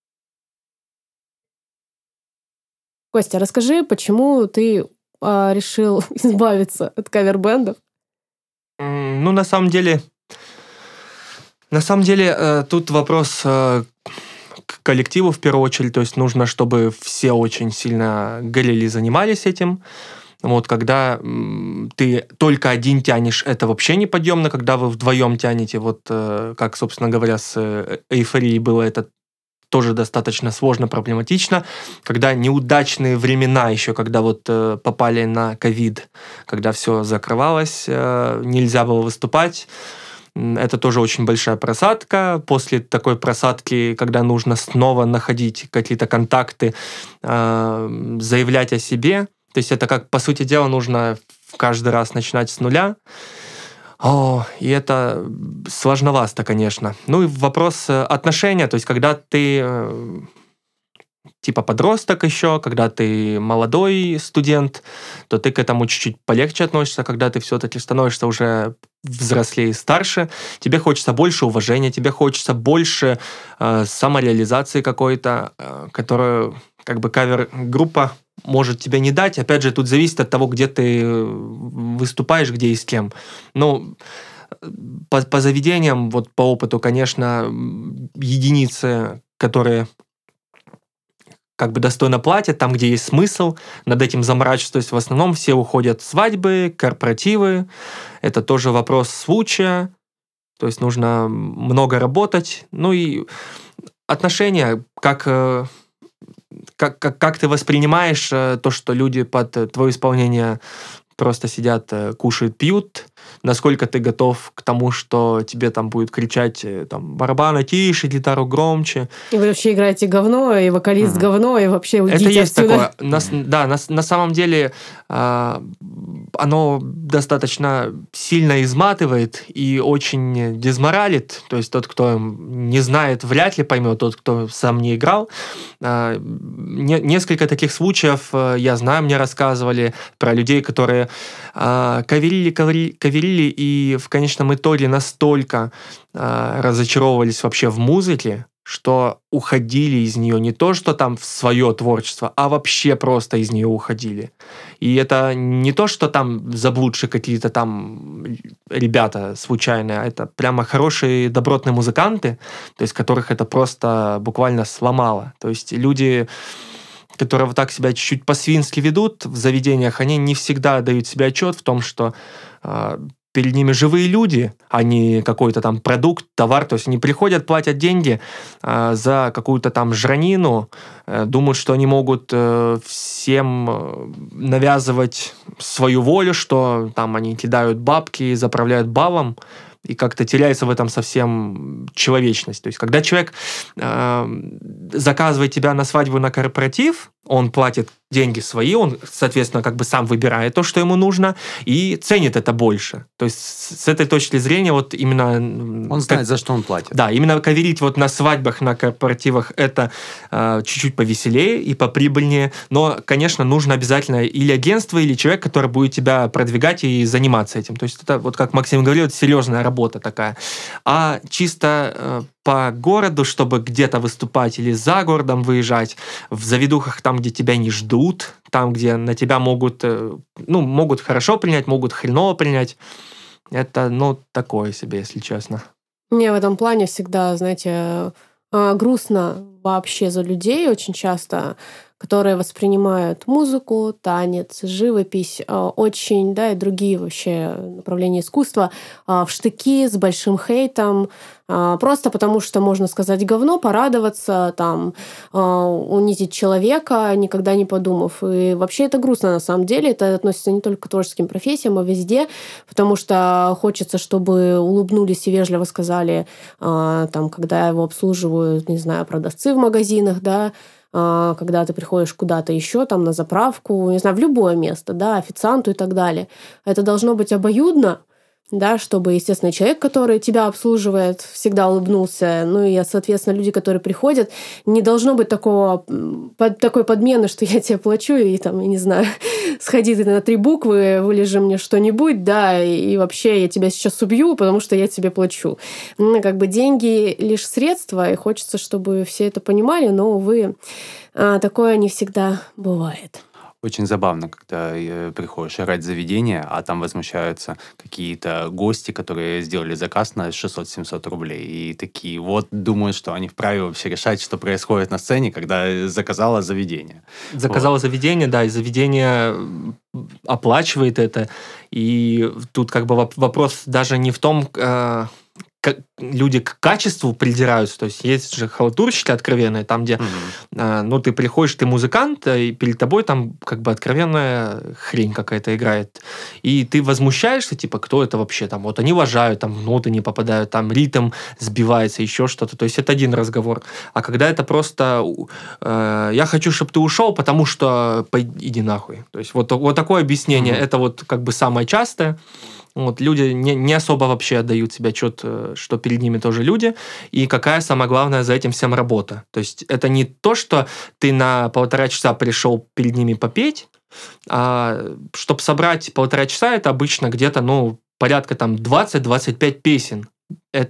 Костя, расскажи, почему ты а, решил избавиться от кавер-бендов? Ну, на самом деле, на самом деле, тут вопрос к коллективу в первую очередь. То есть нужно, чтобы все очень сильно горели, занимались этим. Вот, когда ты только один тянешь, это вообще неподъемно. Когда вы вдвоем тянете, вот как, собственно говоря, с эйфорией было это тоже достаточно сложно, проблематично. Когда неудачные времена еще, когда вот э, попали на ковид, когда все закрывалось, э, нельзя было выступать, это тоже очень большая просадка. После такой просадки, когда нужно снова находить какие-то контакты, э, заявлять о себе, то есть это как, по сути дела, нужно каждый раз начинать с нуля. О, и это сложновато, конечно. Ну и вопрос отношения, то есть когда ты э, типа подросток еще, когда ты молодой студент, то ты к этому чуть-чуть полегче относишься, когда ты все-таки становишься уже взрослее и старше, тебе хочется больше уважения, тебе хочется больше э, самореализации какой-то, э, которую как бы кавер-группа может тебе не дать. Опять же, тут зависит от того, где ты выступаешь, где и с кем. Ну, по, по заведениям, вот по опыту, конечно, единицы, которые как бы достойно платят, там, где есть смысл, над этим заморачиваться. То есть в основном все уходят в свадьбы, корпоративы. Это тоже вопрос случая. То есть нужно много работать. Ну и отношения, как... Как, как, как ты воспринимаешь э, то, что люди под твое исполнение просто сидят, э, кушают, пьют? Насколько ты готов к тому, что тебе там будет кричать э, там, барабаны тише, гитару громче? И вы вообще играете говно, и вокалист mm-hmm. говно, и вообще уйдите Это есть отсюда. такое. На, да, на, на самом деле э, оно достаточно сильно изматывает и очень дезморалит. То есть тот, кто не знает, вряд ли поймет, тот, кто сам не играл. Э, не, несколько таких случаев э, я знаю, мне рассказывали про людей, которые э, каверили, каверили, каверили и в конечном итоге настолько э, разочаровывались вообще в музыке, что уходили из нее не то, что там в свое творчество, а вообще просто из нее уходили. И это не то, что там заблудшие какие-то там ребята случайные, а это прямо хорошие добротные музыканты, то есть которых это просто буквально сломало. То есть люди, которые вот так себя чуть-чуть по-свински ведут в заведениях, они не всегда дают себе отчет в том, что э, перед ними живые люди, а не какой-то там продукт, товар. То есть они приходят, платят деньги э, за какую-то там жранину, э, думают, что они могут э, всем навязывать свою волю, что там они кидают бабки, заправляют балом, и как-то теряется в этом совсем человечность. То есть, когда человек э, заказывает тебя на свадьбу, на корпоратив, он платит деньги свои, он, соответственно, как бы сам выбирает то, что ему нужно, и ценит это больше. То есть, с этой точки зрения, вот именно... Он знает, как, за что он платит. Да, именно каверить вот на свадьбах, на корпоративах, это э, чуть-чуть повеселее и поприбыльнее, но, конечно, нужно обязательно или агентство, или человек, который будет тебя продвигать и заниматься этим. То есть, это, вот как Максим говорил, это серьезная работа такая. А чисто... Э, по городу, чтобы где-то выступать или за городом выезжать, в заведухах там, где тебя не ждут, там, где на тебя могут, ну, могут хорошо принять, могут хреново принять. Это, ну, такое себе, если честно. Мне в этом плане всегда, знаете, грустно вообще за людей очень часто, которые воспринимают музыку, танец, живопись, очень, да, и другие вообще направления искусства в штыки с большим хейтом, просто потому что можно сказать говно, порадоваться, там, унизить человека, никогда не подумав. И вообще это грустно на самом деле. Это относится не только к творческим профессиям, а везде, потому что хочется, чтобы улыбнулись и вежливо сказали, там, когда его обслуживают, не знаю, продавцы в магазинах, да, когда ты приходишь куда-то еще, там, на заправку, не знаю, в любое место, да, официанту и так далее. Это должно быть обоюдно, да, чтобы, естественно, человек, который тебя обслуживает, всегда улыбнулся. Ну и, соответственно, люди, которые приходят, не должно быть такого, под, такой подмены, что я тебе плачу, и там, я не знаю, сходи ты на три буквы, вылежи мне что-нибудь, да, и, и вообще я тебя сейчас убью, потому что я тебе плачу. Ну, как бы деньги лишь средства, и хочется, чтобы все это понимали, но, увы, такое не всегда бывает. Очень забавно, когда приходишь орать в заведение, а там возмущаются какие-то гости, которые сделали заказ на шестьсот-семьсот рублей. И такие вот думают, что они вправе вообще решать, что происходит на сцене, когда заказало заведение. Заказало вот. заведение, да, и заведение оплачивает это. И тут как бы вопрос даже не в том... Как люди к качеству придираются, то есть есть же халтурщики откровенные, там, где, mm-hmm. э, ну, ты приходишь, ты музыкант, и перед тобой там как бы откровенная хрень какая-то играет, и ты возмущаешься, типа, кто это вообще, там, вот они лажают, там, ноты не попадают, там, ритм сбивается, еще что-то, то есть это один разговор, а когда это просто, э, я хочу, чтобы ты ушел, потому что, иди нахуй, то есть вот, вот такое объяснение, mm-hmm. это вот как бы самое частое. Вот, люди не, не особо вообще отдают себе отчет, что перед ними тоже люди, и какая, самое главное, за этим всем работа. То есть это не то, что ты на полтора часа пришел перед ними попеть, а чтобы собрать полтора часа, это обычно где-то, ну, порядка там двадцать-двадцать пять песен. Это,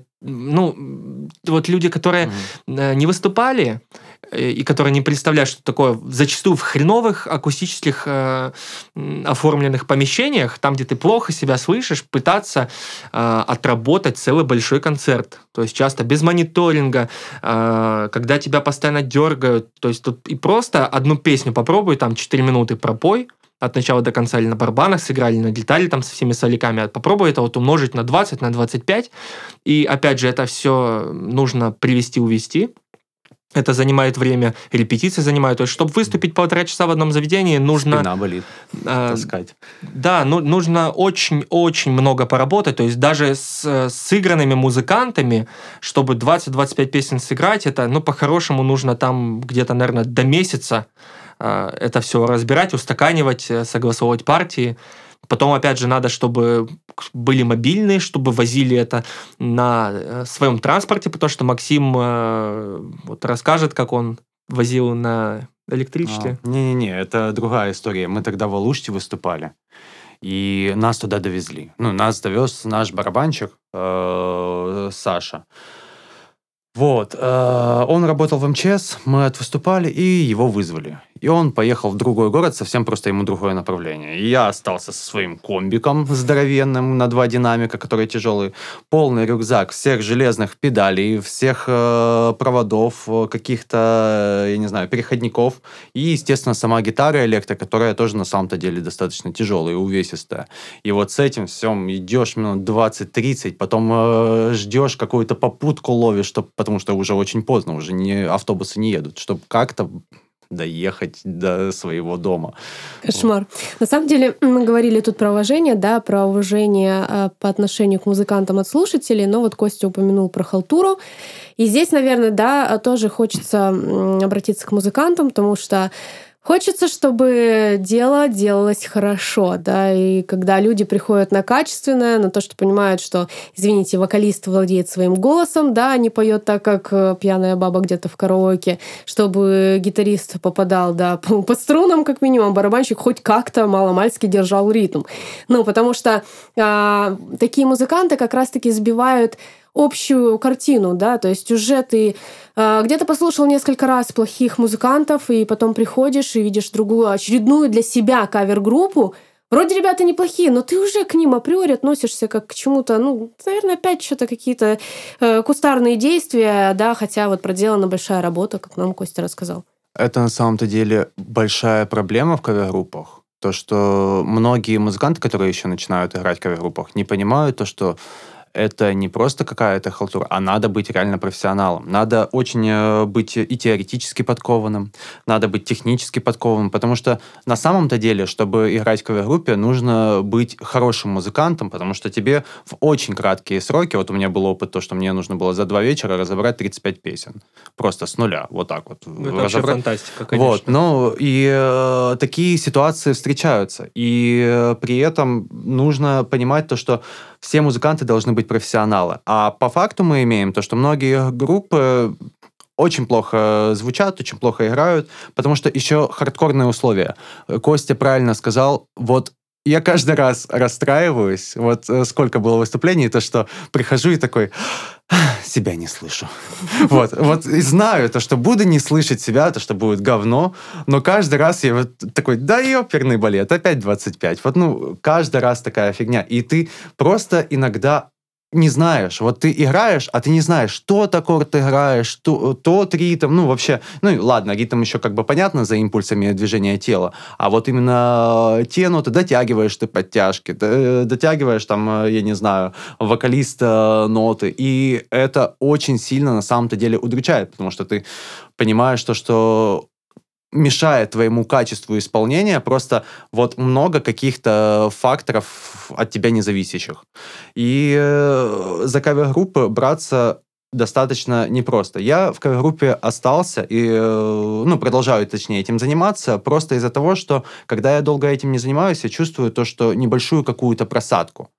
ну, вот люди, которые mm-hmm. не выступали, и которые не представляют, что такое, зачастую в хреновых акустических э, оформленных помещениях, там, где ты плохо себя слышишь, пытаться э, отработать целый большой концерт. То есть часто без мониторинга, э, когда тебя постоянно дергают. То есть тут и просто одну песню попробуй, там четыре минуты пропой, от начала до конца, или на барабанах сыграли, на гитаре там со всеми соляками. Попробуй это вот умножить на двадцать, на двадцать пять. И опять же, это все нужно привести, увести. Это занимает время, репетиции занимают. То есть, чтобы выступить полтора часа в одном заведении, нужно... Спина болит, э, таскать. Да, ну, нужно очень-очень много поработать. То есть, даже с сыгранными музыкантами, чтобы двадцать-двадцать пять песен сыграть, это, ну, по-хорошему, нужно там где-то, наверное, до месяца э, это все разбирать, устаканивать, согласовывать партии. Потом, опять же, надо, чтобы были мобильные, чтобы возили это на своем транспорте, потому что Максим э, вот расскажет, как он возил на электричестве. А, не-не-не, это другая история. Мы тогда в Алуште выступали, и нас туда довезли. Ну, нас довез наш барабанщик э, Саша. Вот. э, Он работал в эм че эс, мы отвыступали, и его вызвали. И он поехал в другой город, совсем просто ему другое направление. И я остался со своим комбиком здоровенным на два динамика, которые тяжелые, полный рюкзак всех железных педалей, всех э, проводов, э, каких-то, э, я не знаю, переходников. И, естественно, сама гитара электро, которая тоже на самом-то деле достаточно тяжелая и увесистая. И вот с этим всем идешь минут двадцать-тридцать, потом э, ждешь какую-то попутку ловишь, чтоб, потому что уже очень поздно, уже не, автобусы не едут, чтобы как-то доехать до своего дома. Кошмар. На самом деле, мы говорили тут про уважение, да, про уважение э, по отношению к музыкантам от слушателей, но вот Костя упомянул про халтуру. И здесь, наверное, да, тоже хочется м, обратиться к музыкантам, потому что хочется, чтобы дело делалось хорошо, да, и когда люди приходят на качественное, на то, что понимают, что, извините, вокалист владеет своим голосом, да, не поет так, как э, пьяная баба где-то в караоке, чтобы гитарист попадал, да, по, по струнам, как минимум, барабанщик хоть как-то маломальски держал ритм. Ну, потому что а, такие музыканты как раз-таки сбивают общую картину, да, то есть уже ты э, где-то послушал несколько раз плохих музыкантов, и потом приходишь и видишь другую, очередную для себя кавер-группу. Вроде ребята неплохие, но ты уже к ним априори относишься как к чему-то, ну, наверное, опять что-то какие-то э, кустарные действия, да, хотя вот проделана большая работа, как нам Костя рассказал. Это на самом-то деле большая проблема в кавер-группах. То, что многие музыканты, которые еще начинают играть в кавер-группах, не понимают то, что это не просто какая-то халтура, а надо быть реально профессионалом. Надо очень э, быть и теоретически подкованным, надо быть технически подкованным, потому что на самом-то деле, чтобы играть в кавер-группе, нужно быть хорошим музыкантом, потому что тебе в очень краткие сроки, вот у меня был опыт, то, что мне нужно было за два вечера разобрать тридцать пять песен. Просто с нуля, вот так вот. Это вообще фантастика, конечно. Вот, ну, и э, такие ситуации встречаются. И э, при этом нужно понимать то, что все музыканты должны быть профессионалы. А по факту мы имеем то, что многие группы очень плохо звучат, очень плохо играют, потому что еще хардкорные условия. Костя правильно сказал, вот я каждый раз расстраиваюсь, вот э, сколько было выступлений, то, что прихожу и такой, себя не слышу. Вот, вот и знаю то, что буду не слышать себя, то, что будет говно, но каждый раз я вот такой, да ёперный балет, опять двадцать пять. Вот, ну, каждый раз такая фигня. И ты просто иногда не знаешь. Вот ты играешь, а ты не знаешь, тот аккорд ты играешь, то, тот ритм, ну, вообще, ну, и ладно, ритм еще как бы понятно за импульсами движения тела, а вот именно те ноты дотягиваешь ты подтяжки, д- дотягиваешь там, я не знаю, вокалист э, ноты, и это очень сильно на самом-то деле удручает, потому что ты понимаешь то, что мешает твоему качеству исполнения просто вот много каких-то факторов от тебя независящих. И э, за кавер-группы браться достаточно непросто. Я в кавер-группе остался и, э, ну, продолжаю, точнее, этим заниматься, просто из-за того, что, когда я долго этим не занимаюсь, я чувствую то, что небольшую какую-то просадку.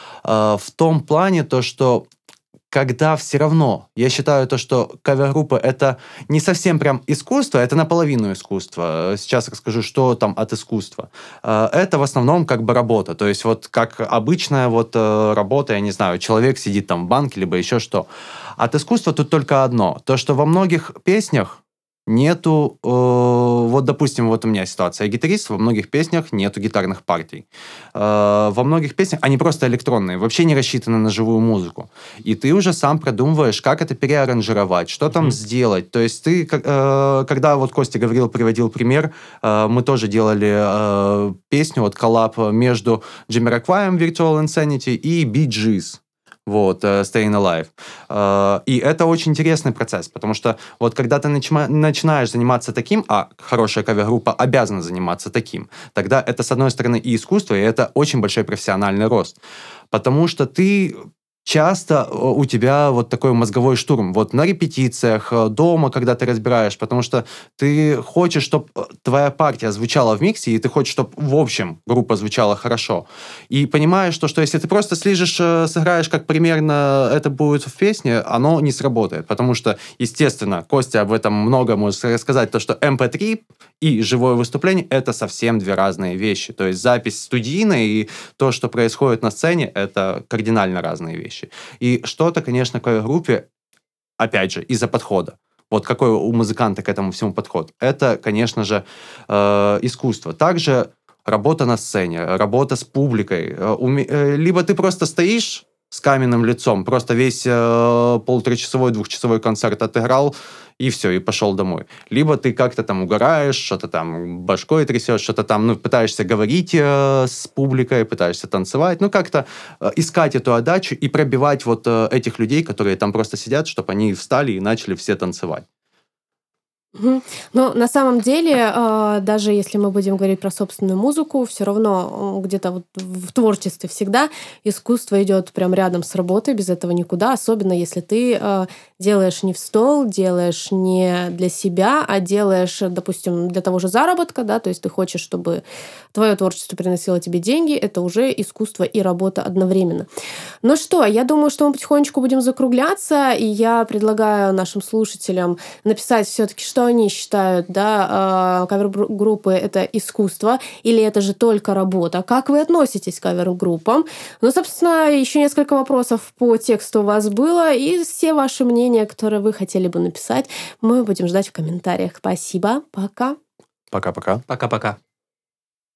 Э, в том плане то, что когда все равно, я считаю то, что кавер-группа это не совсем прям искусство, это наполовину искусство. Сейчас расскажу, что там от искусства. Э, Это в основном как бы работа. То есть вот как обычная вот э, работа, я не знаю, человек сидит там в банке, либо еще что. От искусства тут только одно. То, что во многих песнях нету, э, вот, допустим, вот у меня ситуация. Я гитарист, во многих песнях нету гитарных партий. Э, во многих песнях они просто электронные, вообще не рассчитаны на живую музыку. И ты уже сам продумываешь, как это переаранжировать, что там mm-hmm. сделать. То есть ты, э, когда вот Костя говорил, приводил пример, э, мы тоже делали э, песню, вот коллаб между Jamiroquai, Virtual Insanity и Bee Gees. Вот, uh, Staying Alive. Uh, и это очень интересный процесс, потому что вот когда ты начи- начинаешь заниматься таким, а хорошая кавер-группа обязана заниматься таким, тогда это, с одной стороны, и искусство, и это очень большой профессиональный рост. Потому что ты часто у тебя вот такой мозговой штурм. Вот на репетициях, дома, когда ты разбираешь, потому что ты хочешь, чтобы твоя партия звучала в миксе, и ты хочешь, чтобы в общем группа звучала хорошо. И понимаешь, то, что если ты просто слижешь, сыграешь, как примерно это будет в песне, оно не сработает. Потому что, естественно, Костя об этом много может рассказать, то, что эм пэ три и живое выступление — это совсем две разные вещи. То есть запись студийная и то, что происходит на сцене, это кардинально разные вещи. И что-то, конечно, в кавер-группе опять же, из-за подхода. Вот какой у музыканта к этому всему подход. Это, конечно же, э, искусство. Также работа на сцене, работа с публикой. Э, уме... э, либо ты просто стоишь с каменным лицом, просто весь э, полуторачасовой, двухчасовой концерт отыграл, и все, и пошел домой. Либо ты как-то там угораешь, что-то там башкой трясешь, что-то там, ну, пытаешься говорить э, с публикой, пытаешься танцевать, ну, как-то э, искать эту отдачу и пробивать вот э, этих людей, которые там просто сидят, чтобы они встали и начали все танцевать. Мгм. Но на самом деле, э, даже если мы будем говорить про собственную музыку, все равно э, где-то вот в творчестве всегда искусство идет прям рядом с работой, без этого никуда, особенно если ты э, делаешь не в стол, делаешь не для себя, а делаешь, допустим, для того же заработка, да, то есть ты хочешь, чтобы твое творчество приносило тебе деньги, это уже искусство и работа одновременно. Ну что, я думаю, что мы потихонечку будем закругляться, и я предлагаю нашим слушателям написать все-таки, что они считают, да, кавер-группы — это искусство, или это же только работа. Как вы относитесь к кавер-группам? Ну, собственно, еще несколько вопросов по тексту у вас было, и все ваши мнения, которые вы хотели бы написать, мы будем ждать в комментариях. Спасибо, пока. Пока-пока. Пока-пока.